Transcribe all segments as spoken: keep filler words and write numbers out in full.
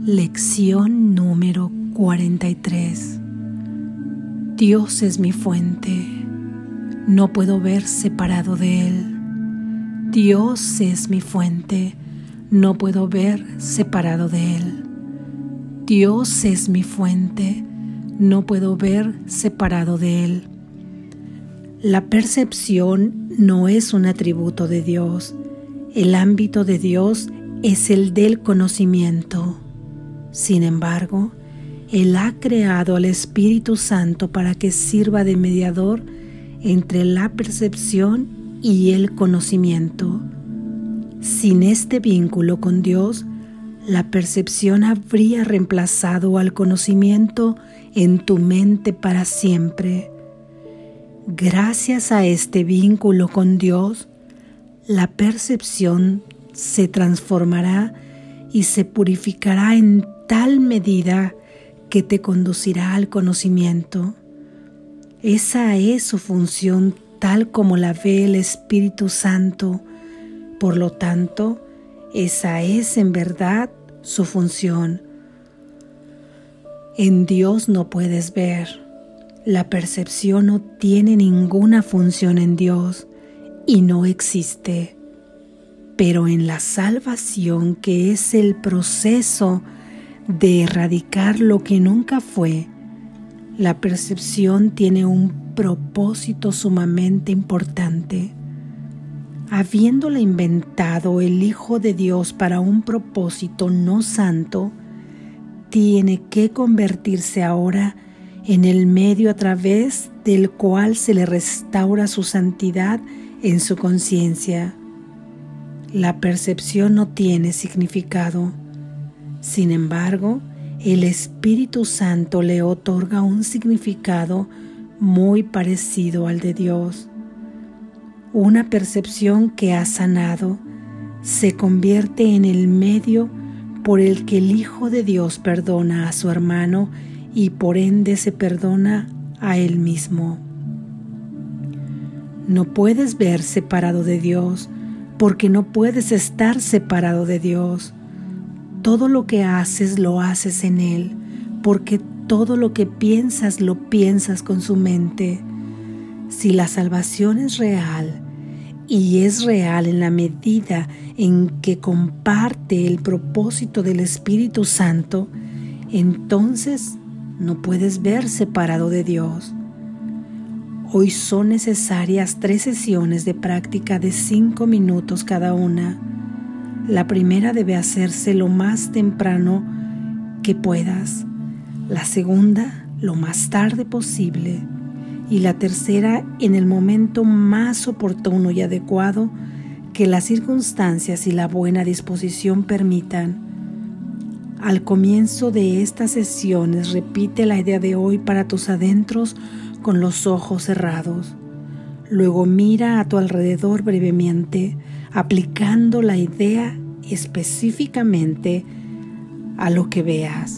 Lección número cuarenta y tres. Dios es mi fuente, no puedo ver separado de Él. Dios es mi fuente, no puedo ver separado de Él. Dios es mi fuente, no puedo ver separado de Él. La percepción no es un atributo de Dios. El ámbito de Dios es el del conocimiento. Sin embargo, Él ha creado al Espíritu Santo para que sirva de mediador entre la percepción y el conocimiento. Sin este vínculo con Dios, la percepción habría reemplazado al conocimiento en tu mente para siempre. Gracias a este vínculo con Dios, la percepción se transformará y se purificará en tal medida que te conducirá al conocimiento. Esa es su función tal como la ve el Espíritu Santo. Por lo tanto, esa es en verdad su función. En Dios no puedes ver. La percepción no tiene ninguna función en Dios y no existe. Pero en la salvación, que es el proceso de erradicar lo que nunca fue, la percepción tiene un propósito sumamente importante. Habiéndola inventado el Hijo de Dios para un propósito no santo, tiene que convertirse ahora en el medio a través del cual se le restaura su santidad en su conciencia. La percepción no tiene significado. Sin embargo, el Espíritu Santo le otorga un significado muy parecido al de Dios. Una percepción que ha sanado se convierte en el medio por el que el Hijo de Dios perdona a su hermano y por ende se perdona a él mismo. No puedes ver separado de Dios porque no puedes estar separado de Dios. Todo lo que haces lo haces en Él, porque todo lo que piensas lo piensas con su mente. Si la salvación es real, y es real en la medida en que comparte el propósito del Espíritu Santo, entonces no puedes ver separado de Dios. Hoy son necesarias tres sesiones de práctica de cinco minutos cada una. La primera debe hacerse lo más temprano que puedas, la segunda lo más tarde posible y la tercera en el momento más oportuno y adecuado que las circunstancias y la buena disposición permitan. Al comienzo de estas sesiones repite la idea de hoy para tus adentros con los ojos cerrados. Luego mira a tu alrededor brevemente, aplicando la idea específicamente a lo que veas.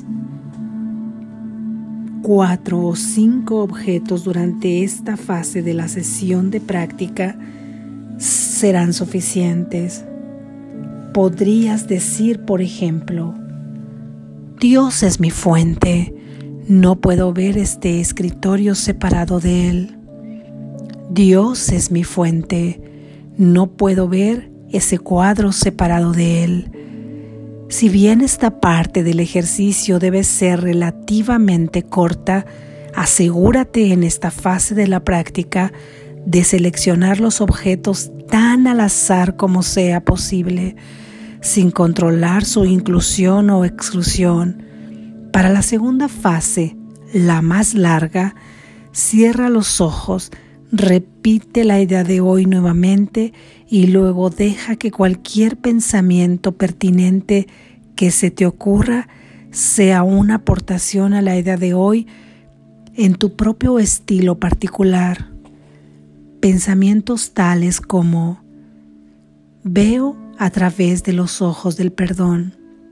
Cuatro o cinco objetos durante esta fase de la sesión de práctica serán suficientes. Podrías decir, por ejemplo, Dios es mi fuente, no puedo ver este escritorio separado de Él. Dios es mi fuente, no puedo ver ese cuadro separado de Él. Si bien esta parte del ejercicio debe ser relativamente corta, asegúrate en esta fase de la práctica de seleccionar los objetos tan al azar como sea posible, sin controlar su inclusión o exclusión. Para la segunda fase, la más larga, cierra los ojos, repite la idea de hoy nuevamente y luego deja que cualquier pensamiento pertinente que se te ocurra sea una aportación a la idea de hoy en tu propio estilo particular. Pensamientos tales como: veo a través de los ojos del perdón.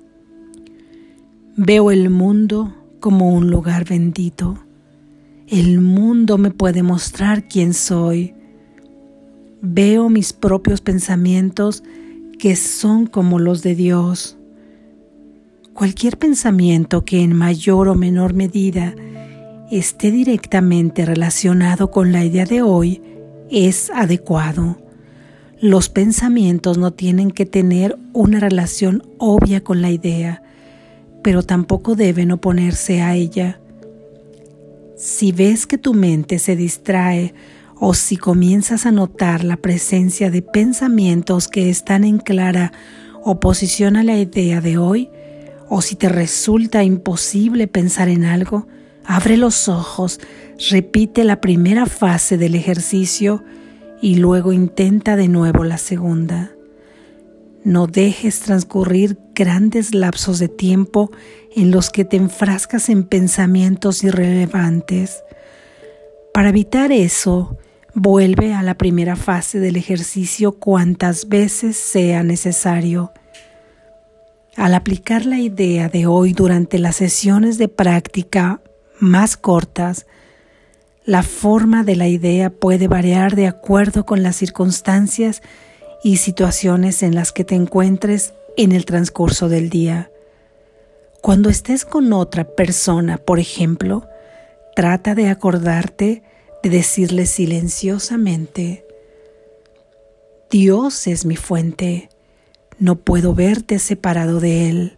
Veo el mundo como un lugar bendito. El mundo me puede mostrar quién soy. Veo mis propios pensamientos que son como los de Dios. Cualquier pensamiento que en mayor o menor medida esté directamente relacionado con la idea de hoy es adecuado. Los pensamientos no tienen que tener una relación obvia con la idea, pero tampoco deben oponerse a ella. Si ves que tu mente se distrae o si comienzas a notar la presencia de pensamientos que están en clara oposición a la idea de hoy, o si te resulta imposible pensar en algo, abre los ojos, repite la primera fase del ejercicio y luego intenta de nuevo la segunda. No dejes transcurrir grandes lapsos de tiempo en los que te enfrascas en pensamientos irrelevantes. Para evitar eso, vuelve a la primera fase del ejercicio cuantas veces sea necesario. Al aplicar la idea de hoy durante las sesiones de práctica más cortas, la forma de la idea puede variar de acuerdo con las circunstancias y situaciones en las que te encuentres en el transcurso del día. Cuando estés con otra persona, por ejemplo, trata de acordarte de decirle silenciosamente: Dios es mi fuente, no puedo verte separado de Él.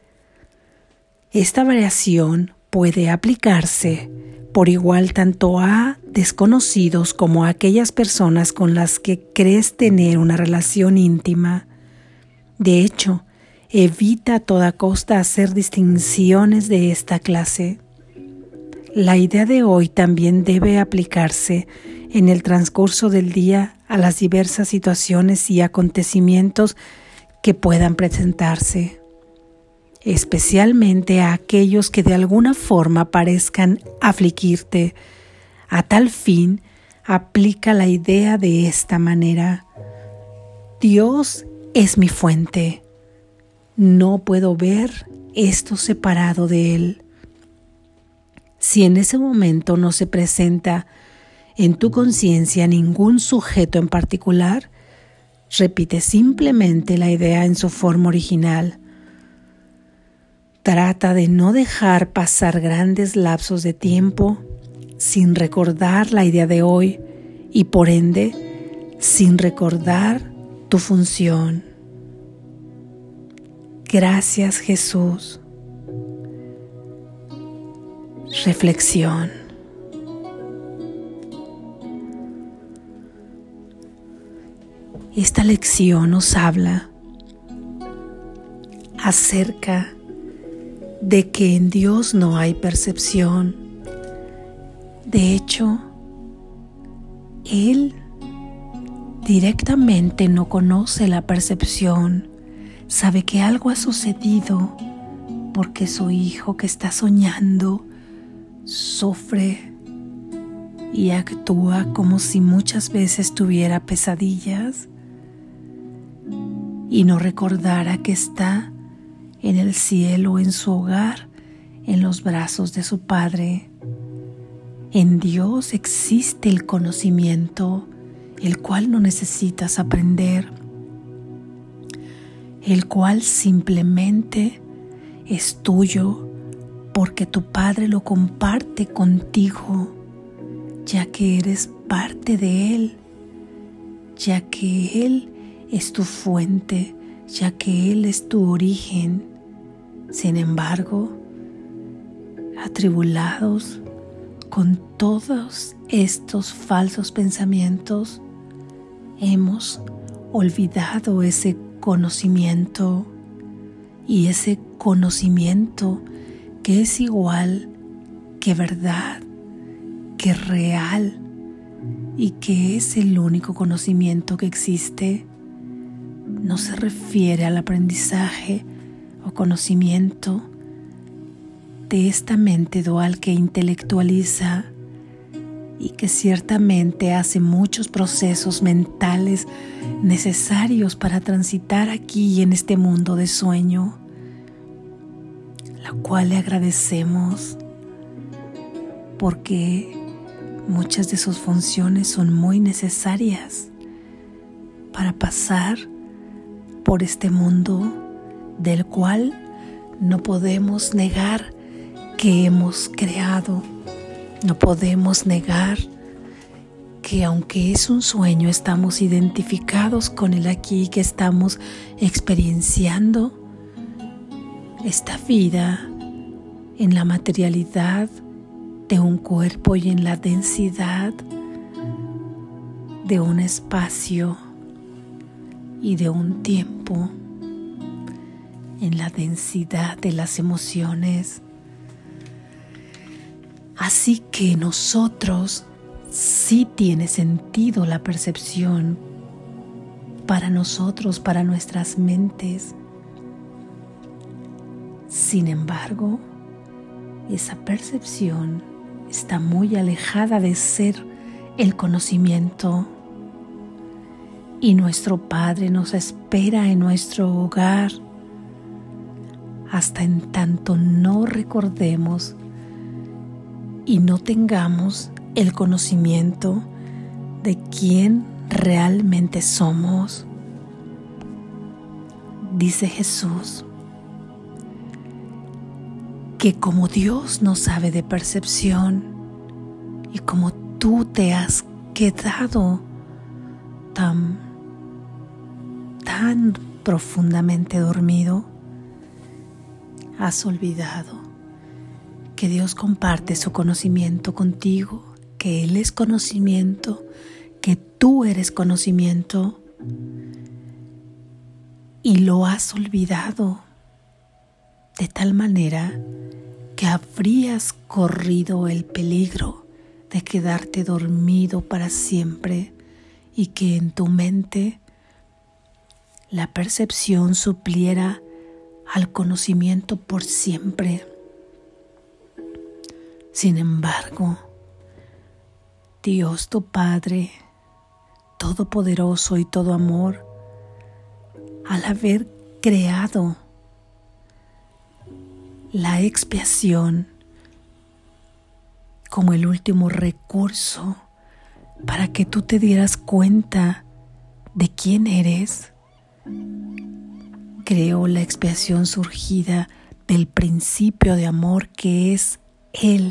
Esta variación puede aplicarse por igual tanto a desconocidos como a aquellas personas con las que crees tener una relación íntima. De hecho, evita a toda costa hacer distinciones de esta clase. La idea de hoy también debe aplicarse en el transcurso del día a las diversas situaciones y acontecimientos que puedan presentarse, especialmente a aquellos que de alguna forma parezcan afligirte. A tal fin, aplica la idea de esta manera: Dios es mi fuente, no puedo ver esto separado de Él. Si en ese momento no se presenta en tu conciencia ningún sujeto en particular, repite simplemente la idea en su forma original. Trata de no dejar pasar grandes lapsos de tiempo sin recordar la idea de hoy y por ende sin recordar tu función. Gracias, Jesús. Reflexión. Esta lección nos habla acerca de que en Dios no hay percepción. De hecho, Él directamente no conoce la percepción. Sabe que algo ha sucedido porque su hijo que está soñando sufre y actúa como si muchas veces tuviera pesadillas y no recordara que está en el cielo, en su hogar, en los brazos de su Padre. En Dios existe el conocimiento, el cual no necesitas aprender, el cual simplemente es tuyo porque tu Padre lo comparte contigo, ya que eres parte de Él, ya que Él es tu fuente, ya que Él es tu origen. Sin embargo, atribulados con todos estos falsos pensamientos, hemos olvidado ese conocimiento, y ese conocimiento que es igual que verdad, que real, y que es el único conocimiento que existe, no se refiere al aprendizaje o conocimiento de esta mente dual que intelectualiza y que ciertamente hace muchos procesos mentales necesarios para transitar aquí en este mundo de sueño, la cual le agradecemos porque muchas de sus funciones son muy necesarias para pasar por este mundo del cual No podemos negar que hemos creado. No podemos negar que aunque es un sueño, estamos identificados con el aquí, que estamos experienciando esta vida en la materialidad de un cuerpo y en la densidad de un espacio y de un tiempo, en la densidad de las emociones. Así que nosotros sí tiene sentido la percepción para nosotros, para nuestras mentes. Sin embargo, esa percepción está muy alejada de ser el conocimiento, y nuestro Padre nos espera en nuestro hogar hasta en tanto no recordemos y no tengamos el conocimiento de quién realmente somos. Dice Jesús que como Dios no sabe de percepción y como tú te has quedado tan, tan profundamente dormido, has olvidado que Dios comparte su conocimiento contigo, que Él es conocimiento, que tú eres conocimiento, y lo has olvidado de tal manera que habrías corrido el peligro de quedarte dormido para siempre y que en tu mente la percepción supliera al conocimiento por siempre. Sin embargo, Dios tu Padre, todopoderoso y todo amor, al haber creado la expiación como el último recurso para que tú te dieras cuenta de quién eres, creó la expiación surgida del principio de amor que es Él,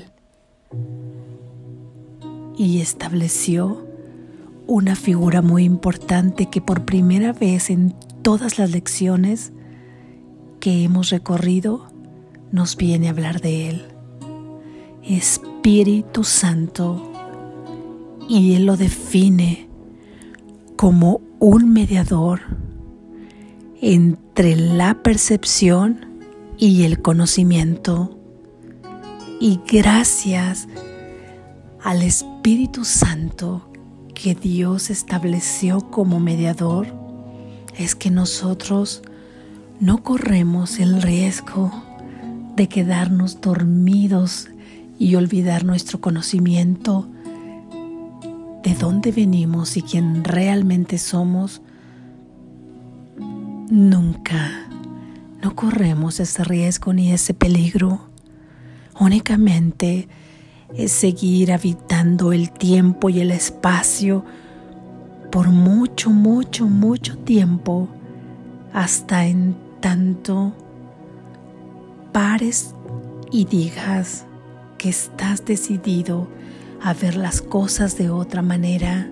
y estableció una figura muy importante que por primera vez en todas las lecciones que hemos recorrido nos viene a hablar de Él. Espíritu Santo, y Él lo define como un mediador entre la percepción y el conocimiento. Y gracias al Espíritu Santo que Dios estableció como mediador, es que nosotros no corremos el riesgo de quedarnos dormidos y olvidar nuestro conocimiento de dónde venimos y quién realmente somos. Nunca, no corremos ese riesgo ni ese peligro. Únicamente es seguir habitando el tiempo y el espacio por mucho, mucho, mucho tiempo, hasta en tanto pares y digas que estás decidido a ver las cosas de otra manera,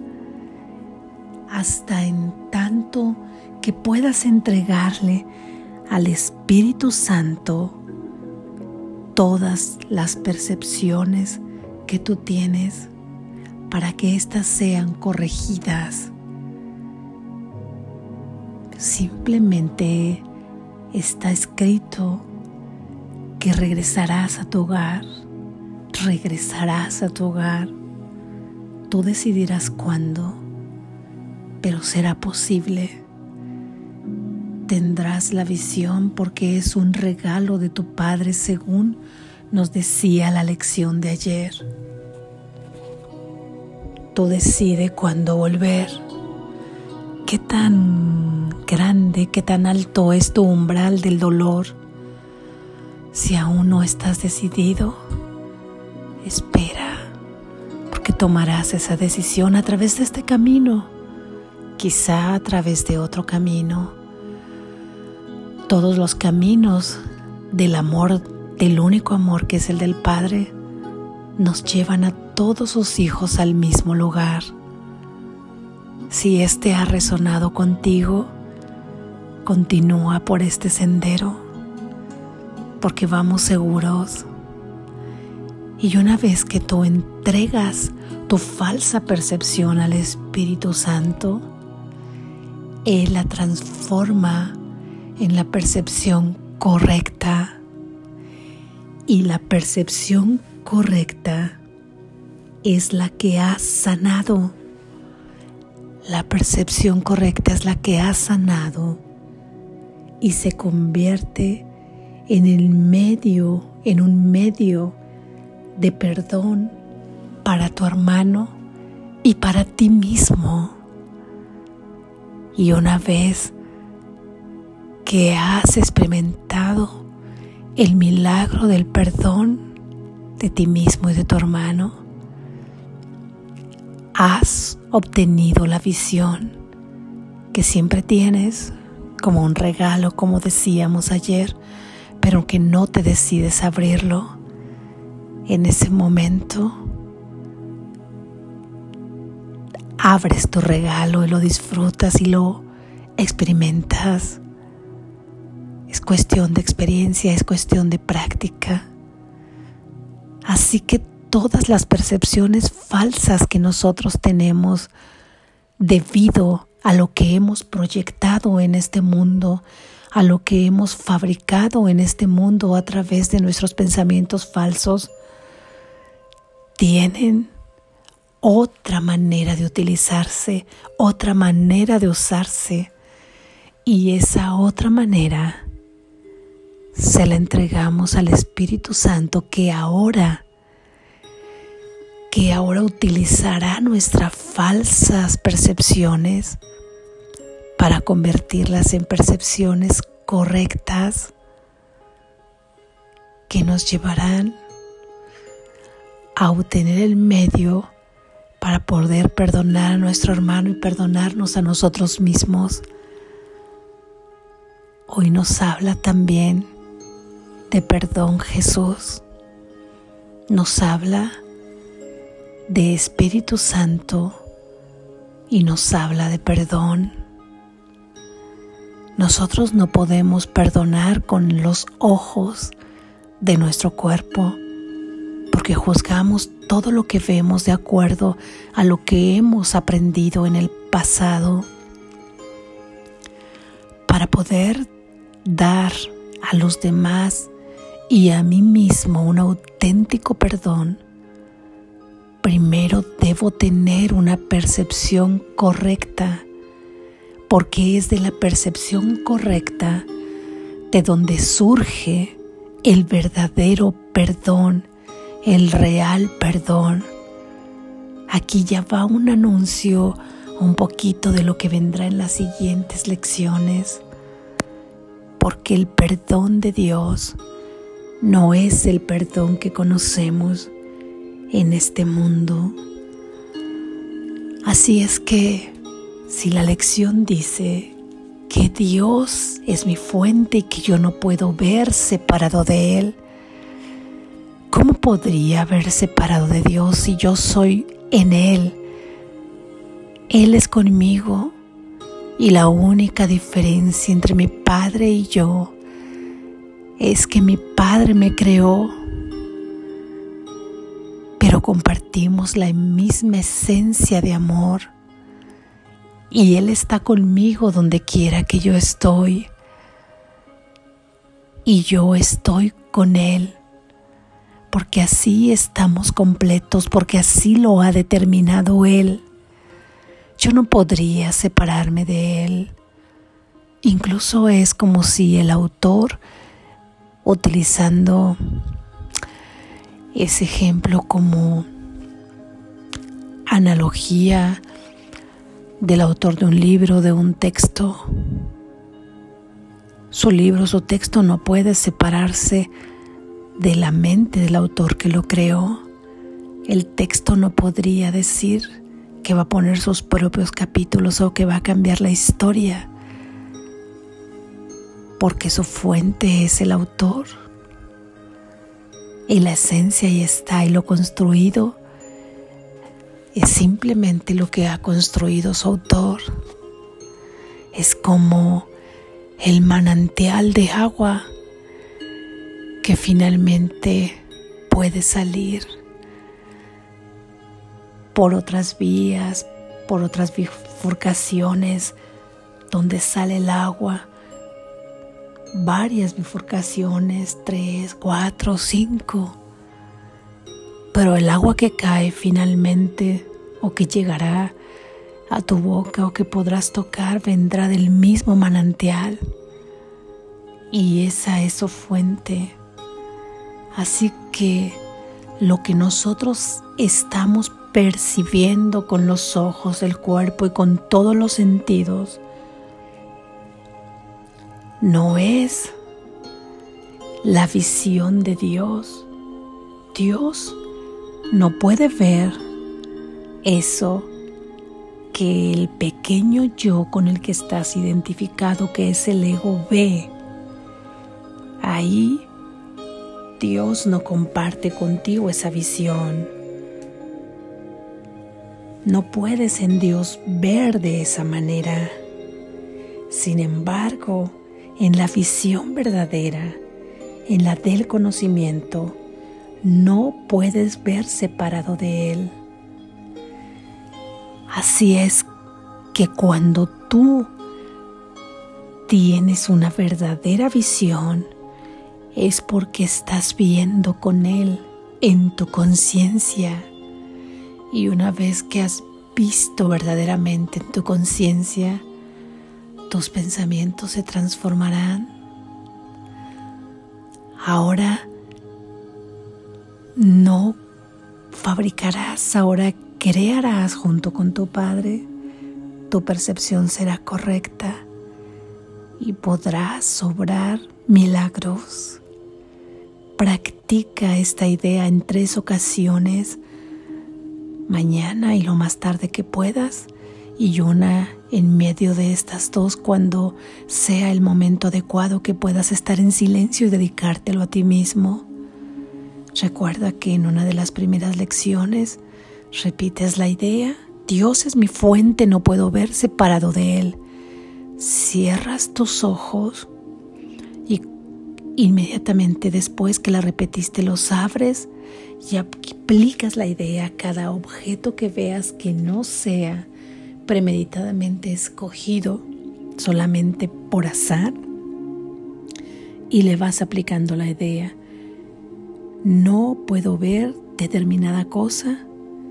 hasta en tanto que puedas entregarle al Espíritu Santo todas las percepciones que tú tienes para que éstas sean corregidas. Simplemente está escrito que regresarás a tu hogar, regresarás a tu hogar. Tú decidirás cuándo, pero será posible. Tendrás la visión porque es un regalo de tu Padre, según nos decía la lección de ayer. Tú decides cuándo volver. ¿Qué tan grande, qué tan alto es tu umbral del dolor? Si aún no estás decidido, espera, porque tomarás esa decisión a través de este camino, quizá a través de otro camino. Todos los caminos del amor, del único amor que es el del Padre, nos llevan a todos sus hijos al mismo lugar. Si este ha resonado contigo, continúa por este sendero, porque vamos seguros. Y una vez que tú entregas tu falsa percepción al Espíritu Santo, Él la transforma en la percepción correcta. Y la percepción correcta es la que ha sanado. La percepción correcta es la que ha sanado y se convierte en el medio, en un medio de perdón para tu hermano y para ti mismo. Y una vez que has experimentado el milagro del perdón de ti mismo y de tu hermano, has obtenido la visión que siempre tienes como un regalo, como decíamos ayer, pero que no te decides abrirlo. En ese momento abres tu regalo y lo disfrutas y lo experimentas. Es cuestión de experiencia, es cuestión de práctica. Así que todas las percepciones falsas que nosotros tenemos debido a lo que hemos proyectado en este mundo, a lo que hemos fabricado en este mundo a través de nuestros pensamientos falsos, tienen otra manera de utilizarse, otra manera de usarse, y esa otra manera se la entregamos al Espíritu Santo que ahora, que ahora utilizará nuestras falsas percepciones para convertirlas en percepciones correctas que nos llevarán a obtener el medio para poder perdonar a nuestro hermano y perdonarnos a nosotros mismos. Hoy nos habla también de perdón Jesús. Nos habla de Espíritu Santo y nos habla de perdón. Nosotros no podemos perdonar con los ojos de nuestro cuerpo, porque juzgamos todo lo que vemos de acuerdo a lo que hemos aprendido en el pasado. Para poder dar a los demás y a mí mismo un auténtico perdón, primero debo tener una percepción correcta, porque es de la percepción correcta de donde surge el verdadero perdón, el real perdón. Aquí ya va un anuncio un poquito de lo que vendrá en las siguientes lecciones, porque el perdón de Dios no es el perdón que conocemos en este mundo. Así es que si la lección dice que Dios es mi fuente y que yo no puedo ver separado de Él, ¿cómo podría haber separado de Dios si yo soy en Él? Él es conmigo y la única diferencia entre mi Padre y yo es que mi Padre me creó, pero compartimos la misma esencia de amor y Él está conmigo donde quiera que yo estoy y yo estoy con Él. Porque así estamos completos, porque así lo ha determinado Él. Yo no podría separarme de Él. Incluso es como si el autor, utilizando ese ejemplo como analogía del autor de un libro, de un texto, su libro, su texto no puede separarse de la mente del autor que lo creó. El texto no podría decir que va a poner sus propios capítulos o que va a cambiar la historia, porque su fuente es el autor. y la esencia ahí está, y lo construido es simplemente lo que ha construido su autor. Es como el manantial de agua que finalmente puede salir por otras vías, por otras bifurcaciones donde sale el agua, varias bifurcaciones, tres, cuatro, cinco, pero el agua que cae finalmente o que llegará a tu boca o que podrás tocar vendrá del mismo manantial, y esa es su fuente. Así que lo que nosotros estamos percibiendo con los ojos, el cuerpo y con todos los sentidos no es la visión de Dios. Dios no puede ver eso que el pequeño yo con el que estás identificado, que es el ego, ve. Ahí Dios no comparte contigo esa visión. No puedes en Dios ver de esa manera. Sin embargo, en la visión verdadera, en la del conocimiento, no puedes ver separado de Él. Así es que cuando tú tienes una verdadera visión, es porque estás viendo con Él en tu conciencia. Y una vez que has visto verdaderamente en tu conciencia, tus pensamientos se transformarán. Ahora no fabricarás, ahora crearás junto con tu Padre. Tu percepción será correcta y podrás obrar milagros. Practica esta idea en tres ocasiones, mañana y lo más tarde que puedas, y una en medio de estas dos cuando sea el momento adecuado que puedas estar en silencio y dedicártelo a ti mismo. Recuerda que en una de las primeras lecciones repites la idea: Dios es mi fuente, no puedo ver separado de Él. Cierras tus ojos y inmediatamente después que la repetiste los abres y aplicas la idea a cada objeto que veas que no sea premeditadamente escogido solamente por azar, y le vas aplicando la idea: no puedo ver determinada cosa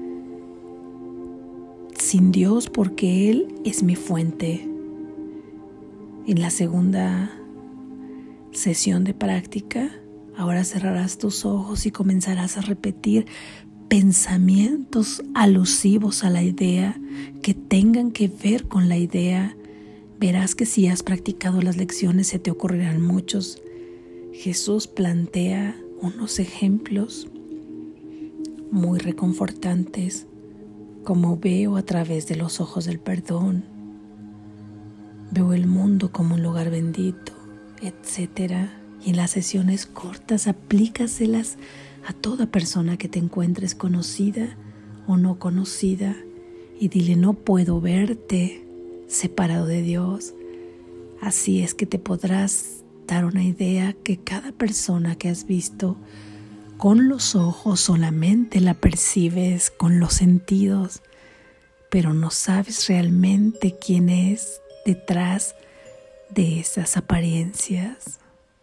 sin Dios porque Él es mi fuente. En la segunda sesión de práctica, ahora cerrarás tus ojos y comenzarás a repetir pensamientos alusivos a la idea que tengan que ver con la idea. Verás que si has practicado las lecciones se te ocurrirán muchos. Jesús plantea unos ejemplos muy reconfortantes, como veo a través de los ojos del perdón, veo el mundo como un lugar bendito, etcétera. Y en las sesiones cortas aplícaselas a toda persona que te encuentres, conocida o no conocida, y dile: no puedo verte separado de Dios. Así es que te podrás dar una idea que cada persona que has visto con los ojos solamente la percibes con los sentidos, pero no sabes realmente quién es detrás de esas apariencias.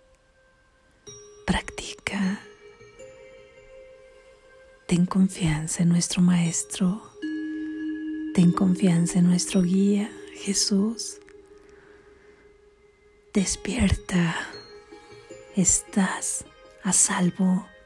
Practica. Ten confianza en nuestro Maestro. Ten confianza en nuestro guía, Jesús. Despierta. Estás a salvo.